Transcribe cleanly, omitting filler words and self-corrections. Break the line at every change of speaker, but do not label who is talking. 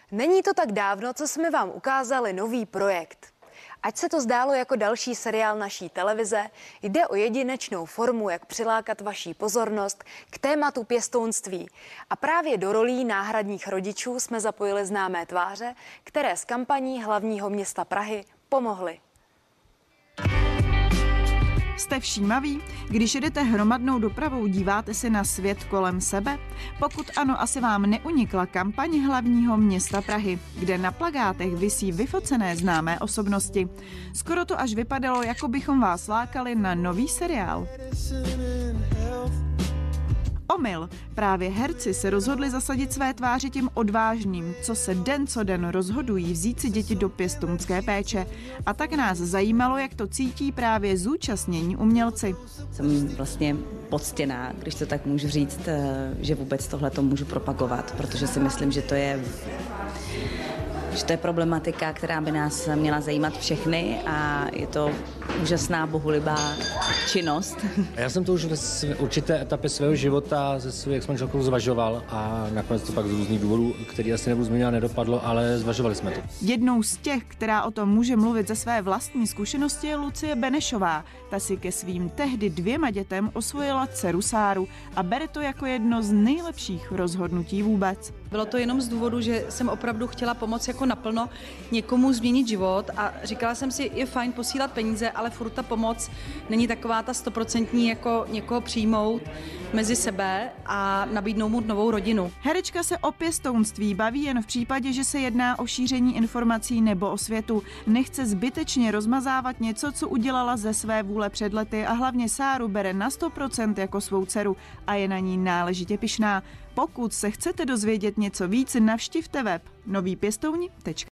Není to tak dávno, co jsme vám ukázali nový projekt. Ať se to zdálo jako další seriál naší televize, jde o jedinečnou formu, jak přilákat vaší pozornost k tématu pěstounství. A právě do rolí náhradních rodičů jsme zapojili známé tváře, které z kampaní hlavního města Prahy pomohly.
Jste všímaví? Když jedete hromadnou dopravou, díváte si na svět kolem sebe? Pokud ano, asi vám neunikla kampaň hlavního města Prahy, kde na plakátech visí vyfocené známé osobnosti. Skoro to až vypadalo, jako bychom vás lákali na nový seriál. Omyl. Právě herci se rozhodli zasadit své tváře těm odvážným, co se den co den rozhodují vzít si děti do pěstounské péče. A tak nás zajímalo, jak to cítí právě zúčastnění umělci.
Jsem vlastně poctěná, když to tak můžu říct, že vůbec tohleto můžu propagovat, protože si myslím, že to je problematika, která by nás měla zajímat všechny a je to úžasná, bohulibá činnost.
Já jsem to už v určité etapě svého života se svou ex-manželkou zvažoval a nakonec to pak z různých důvodů, který asi nebudu zmiňovat, nedopadlo, ale zvažovali jsme to.
Jednou z těch, která o tom může mluvit ze své vlastní zkušenosti, je Lucie Benešová. Ta si ke svým tehdy 2 dětem osvojila dceru Sáru a bere to jako jedno z nejlepších rozhodnutí vůbec.
Bylo to jenom z důvodu, že jsem opravdu chtěla pomoct jako naplno někomu změnit život a říkala jsem si, je fajn posílat peníze, ale furt ta pomoc není taková ta 100% jako někoho přijmout mezi sebe a nabídnout mu novou rodinu.
Herečka se o pěstounství baví jen v případě, že se jedná o šíření informací nebo o světu. Nechce zbytečně rozmazávat něco, co udělala ze své vůle před lety a hlavně Sáru bere na 100% jako svou dceru a je na ní náležitě pyšná. Pokud se chcete dozvědět něco víc, navštivte web novýpěstouni.cz.